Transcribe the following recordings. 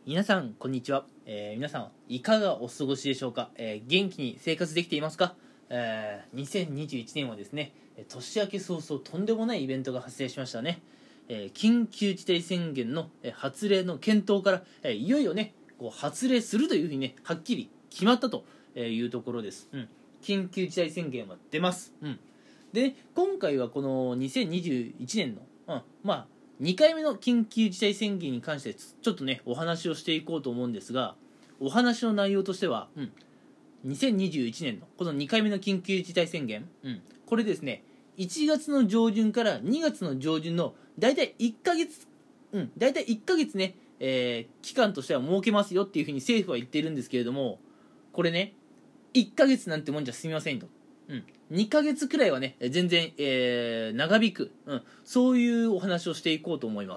皆さんこんにちは、皆さんいかがお過ごしでしょうか、元気に生活できていますか。2021年はですね、年明け早々とんでもないイベントが発生しましたね。緊急事態宣言の発令の検討から、いよいよねこう発令するというふうにねはっきり決まったというところです。緊急事態宣言は出ます。で、今回はこの2021年の、2回目の緊急事態宣言に関してちょっとねお話をしていこうと思うんですが、お話の内容としては、2021年のこの2回目の緊急事態宣言、これですね、1月の上旬から2月の上旬のだいたい1ヶ月、だいたい1ヶ月ね、期間としては設けますよっていうふうに政府は言っているんですけれども、これね1ヶ月なんてもんじゃ済みませんと。2ヶ月くらいはね全然、長引く、そういうお話をしていこうと思います。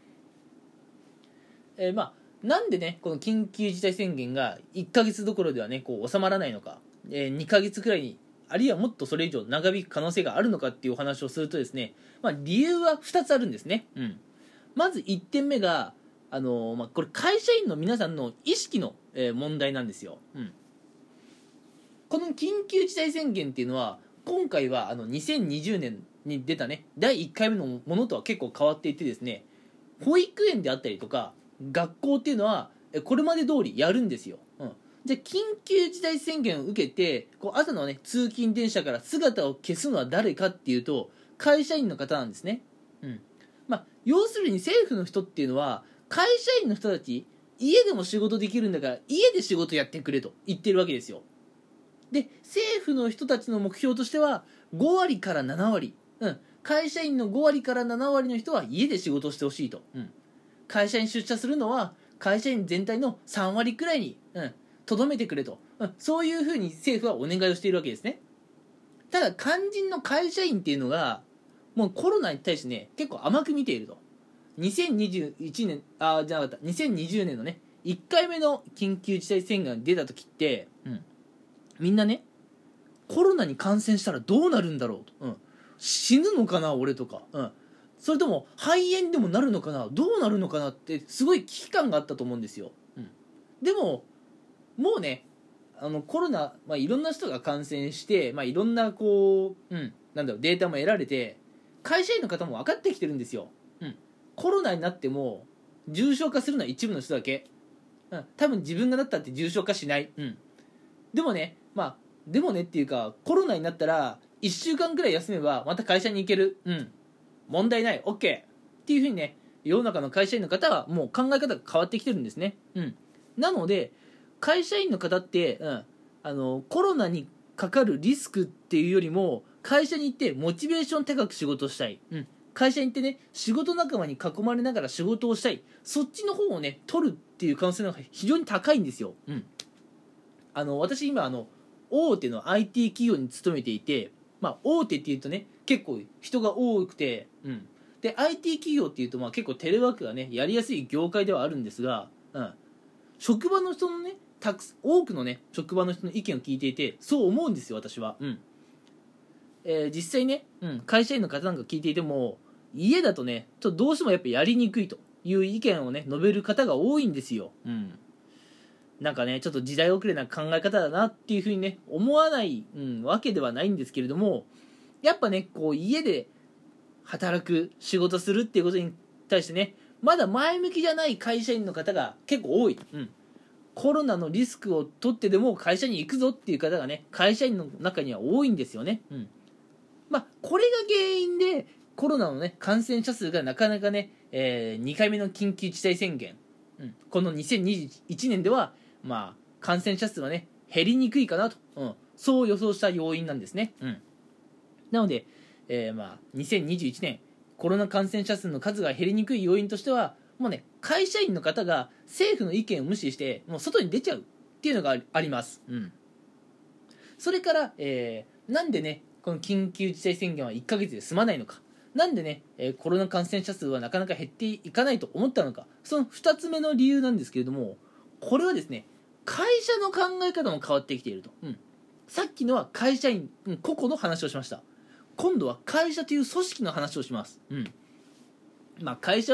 なんでねこの緊急事態宣言が1ヶ月どころではねこう収まらないのか、2ヶ月くらいにあるいはもっとそれ以上長引く可能性があるのかっていうお話をするとですね、理由は2つあるんですね。まず1点目がこれ会社員の皆さんの意識の、問題なんですよ。この緊急事態宣言っていうのは今回は2020年に出たね第1回目のものとは結構変わっていてですね、保育園であったりとか学校っていうのはこれまで通りやるんですよ。じゃあ緊急事態宣言を受けてこう朝のね通勤電車から姿を消すのは誰かっていうと会社員の方なんですね。要するに政府の人っていうのは会社員の人たち家でも仕事できるんだから家で仕事やってくれと言ってるわけですよ。で、政府の人たちの目標としては5割から7割、会社員の5割から7割の人は家で仕事をしてほしいと、会社に出社するのは会社員全体の3割くらいにとどめてくれと、そういうふうに政府はお願いをしているわけですね。ただ肝心の会社員っていうのがもうコロナに対してね結構甘く見ていると。2021年じゃなかった2020年のね1回目の緊急事態宣言が出た時って、みんなねコロナに感染したらどうなるんだろうと、死ぬのかな俺とか、それとも肺炎でもなるのかなどうなるのかなってすごい危機感があったと思うんですよ。でももうねコロナ、いろんな人が感染して、いろんなこう、データも得られて会社員の方も分かってきてるんですよ。コロナになっても重症化するのは一部の人だけ、多分自分がなったって重症化しない、でもねでもねっていうかコロナになったら1週間くらい休めばまた会社に行ける、問題ない OK っていうふうにね世の中の会社員の方はもう考え方が変わってきてるんですね。なので会社員の方って、コロナにかかるリスクっていうよりも会社に行ってモチベーション高く仕事をしたい、会社に行ってね仕事仲間に囲まれながら仕事をしたい、そっちの方をね取るっていう可能性が非常に高いんですよ。私今大手の IT 企業に勤めていて、大手っていうとね結構人が多くて、で IT 企業っていうと結構テレワークがねやりやすい業界ではあるんですが、職場の人のね多くのね職場の人の意見を聞いていてそう思うんですよ私は。実際ね、会社員の方なんか聞いていても家だとねちょっとどうしてもやっぱやりにくいという意見をね述べる方が多いんですよ。なんかねちょっと時代遅れな考え方だなっていうふうにね思わない、わけではないんですけれども、やっぱねこう家で働く仕事するっていうことに対してねまだ前向きじゃない会社員の方が結構多い。コロナのリスクを取ってでも会社に行くぞっていう方がね会社員の中には多いんですよね。これが原因でコロナのね感染者数がなかなかね、2回目の緊急事態宣言、この2021年では感染者数はね減りにくいかなと、そう予想した要因なんですね。なので、2021年コロナ感染者数の数が減りにくい要因としてはもうね会社員の方が政府の意見を無視してもう外に出ちゃうっていうのがあります。それから、なんでねこの緊急事態宣言は1ヶ月で済まないのか、なんでね、コロナ感染者数はなかなか減っていかないと思ったのか、その2つ目の理由なんですけれども、これはですね会社の考え方も変わってきていると。さっきのは会社員、個々の話をしました。今度は会社という組織の話をします。会社はね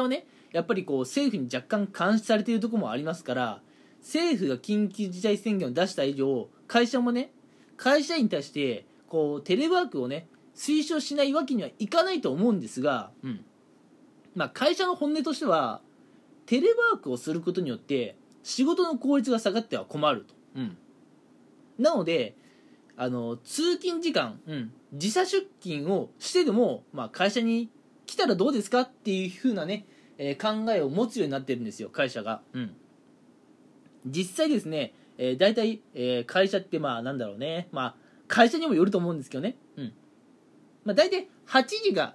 やっぱりこう政府に若干監視されているところもありますから、政府が緊急事態宣言を出した以上、会社もね、会社員に対してこうテレワークをね推奨しないわけにはいかないと思うんですが、会社の本音としてはテレワークをすることによって仕事の効率が下がっては困ると、なので通勤時間、時差出勤をしてでも、会社に来たらどうですかっていう風なね、考えを持つようになってるんですよ、会社が。実際ですね、大体、会社ってなんだろうね、会社にもよると思うんですけどね、大体8時が、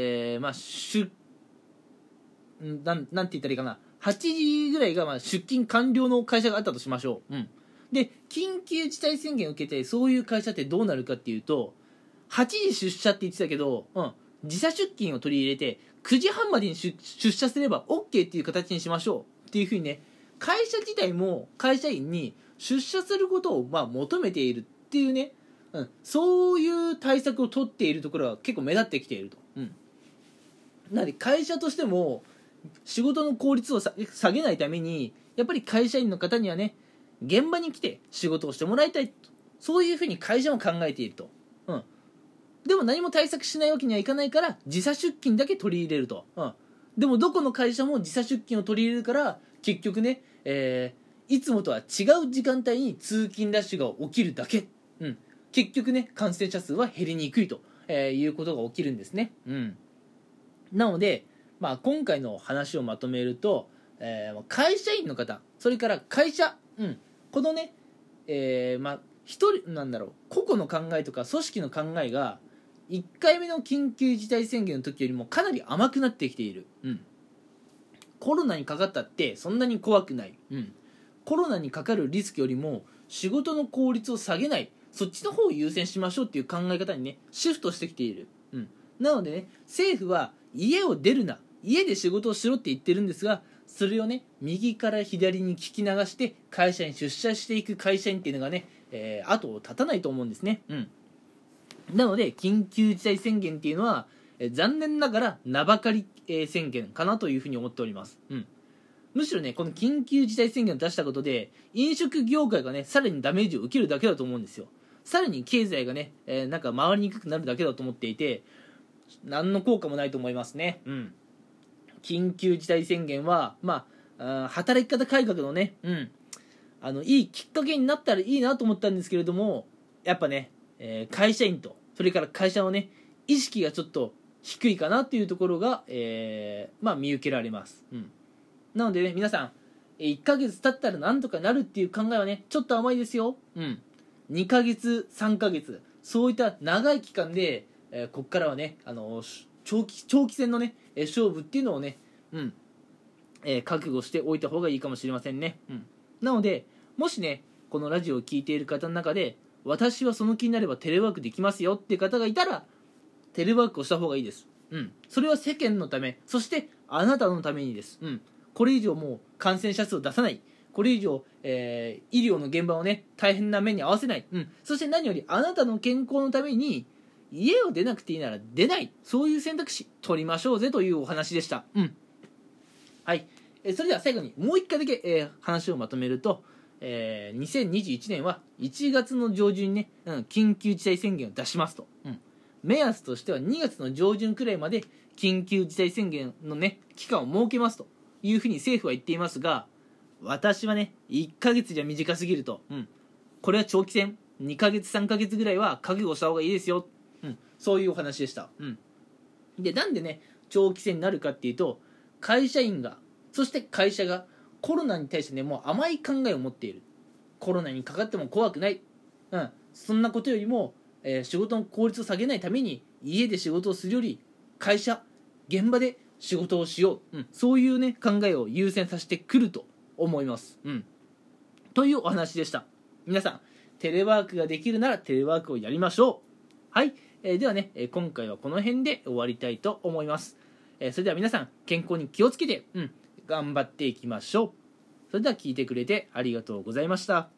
なんて言ったらいいかな、8時ぐらいが出勤完了の会社があったとしましょう。で緊急事態宣言を受けてそういう会社ってどうなるかっていうと、8時出社って言ってたけど、時差出勤を取り入れて9時半までに出社すれば OK っていう形にしましょうっていうふうにね、会社自体も会社員に出社することを求めているっていうね、そういう対策を取っているところが結構目立ってきていると。なので会社としても仕事の効率を下げないために、やっぱり会社員の方にはね、現場に来て仕事をしてもらいたいと、そういうふうに会社も考えていると。でも何も対策しないわけにはいかないから時差出勤だけ取り入れると。でもどこの会社も時差出勤を取り入れるから結局ね、いつもとは違う時間帯に通勤ラッシュが起きるだけ。結局ね、感染者数は減りにくいと、いうことが起きるんですね。なので、今回の話をまとめると、会社員の方、それから会社、このね、一人個々の考えとか組織の考えが1回目の緊急事態宣言の時よりもかなり甘くなってきている。コロナにかかったってそんなに怖くない。コロナにかかるリスクよりも仕事の効率を下げない、そっちの方を優先しましょうっていう考え方にねシフトしてきている。なのでね、政府は家を出るな、家で仕事をしろって言ってるんですが、それをね右から左に聞き流して会社に出社していく会社員っていうのがね、後を絶たないと思うんですね。なので緊急事態宣言っていうのは、残念ながら名ばかり、宣言かなというふうに思っております。むしろね、この緊急事態宣言を出したことで飲食業界がねさらにダメージを受けるだけだと思うんですよ。さらに経済がね、回りにくくなるだけだと思っていて、何の効果もないと思いますね。緊急事態宣言は働き方改革のね、いいきっかけになったらいいなと思ったんですけれども、やっぱね、会社員とそれから会社のね意識がちょっと低いかなっていうところが、見受けられます。なのでね、皆さん1ヶ月経ったらなんとかなるっていう考えはねちょっと甘いですよ。2ヶ月3ヶ月そういった長い期間で、ここからはね長期戦のね勝負っていうのをね、覚悟しておいた方がいいかもしれませんね。なのでもしねこのラジオを聞いている方の中で、私はその気になればテレワークできますよっていう方がいたらテレワークをした方がいいです。それは世間のため、そしてあなたのためにです。これ以上もう感染者数を出さない、これ以上、医療の現場をね大変な目に遭わせない、そして何よりあなたの健康のために家を出なくていいなら出ない、そういう選択肢取りましょうぜというお話でした。はい、それでは最後にもう一回だけ、話をまとめると、2021年は1月の上旬にね、緊急事態宣言を出しますと、目安としては2月の上旬くらいまで緊急事態宣言のね期間を設けますというふうに政府は言っていますが、私はね1ヶ月じゃ短すぎると、これは長期戦2ヶ月3ヶ月ぐらいは覚悟した方がいいですよ、そういうお話でした。でなんでね長期戦になるかっていうと、会社員がそして会社がコロナに対してねもう甘い考えを持っている。コロナにかかっても怖くない、そんなことよりも、仕事の効率を下げないために家で仕事をするより会社現場で仕事をしよう、そういうね考えを優先させてくると思います。というお話でした。皆さんテレワークができるならテレワークをやりましょう。はい、ではね今回はこの辺で終わりたいと思います。それでは皆さん健康に気をつけて、頑張っていきましょう。それでは聞いてくれてありがとうございました。